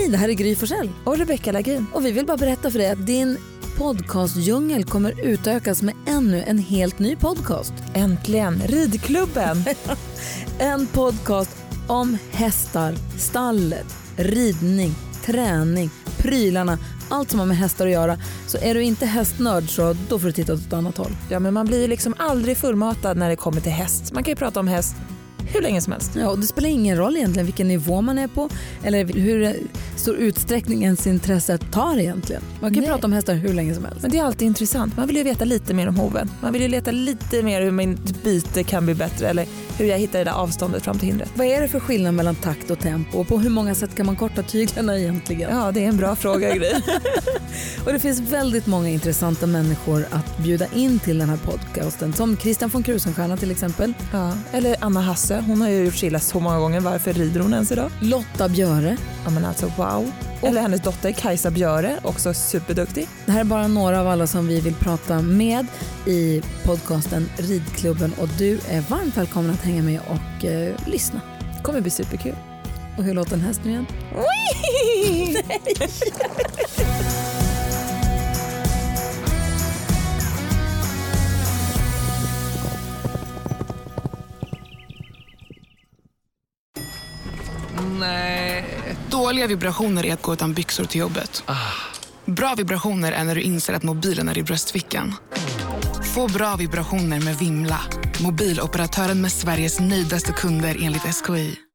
det här är Gry Forssell. Och Rebecca Lagin. Och vi vill bara berätta för dig att din podcastdjungel kommer utökas med ännu en helt ny podcast. Äntligen, Ridklubben. En podcast om hästar, stallet, ridning, träning, prylarna, allt som har med hästar att göra. Så är du inte hästnörd så då får du titta åt ett annat håll. Ja, men man blir liksom aldrig fullmatad när det kommer till häst. Man kan ju prata om häst hur länge som helst. Ja, och det spelar ingen roll egentligen vilken nivå man är på eller hur stor utsträckning ens intresse tar egentligen. Man kan ju prata om hästar hur länge som helst. Men det är alltid intressant. Man vill ju veta lite mer om hoven. Man vill ju leta lite mer hur min byte kan bli bättre eller hur jag hittar det där avståndet fram till hindret. Vad är det för skillnad mellan takt och tempo och på hur många sätt kan man korta tyglarna egentligen? Ja, det är en bra fråga, Gry. Och det finns väldigt många intressanta människor att bjuda in till den här podcasten. Som Christian von Krusenstjerna till exempel. Ja, eller Anna Hasse. Hon har ju gjort Chilla så många gånger. Varför rider hon ens idag? Lotta Björe. Ja, men alltså wow. Eller hennes dotter Kajsa Björe, också superduktig. Det här är bara några av alla som vi vill prata med i podcasten Ridklubben. Och du är varmt välkommen att hänga med och lyssna. Det kommer bli superkul. Och hur låter en häst nu igen? Nej. Dåliga vibrationer är att gå utan byxor till jobbet. Bra vibrationer är när du inser att mobilen är i bröstfickan. Få bra vibrationer med Vimla. Mobiloperatören med Sveriges nöjdaste kunder enligt SKI.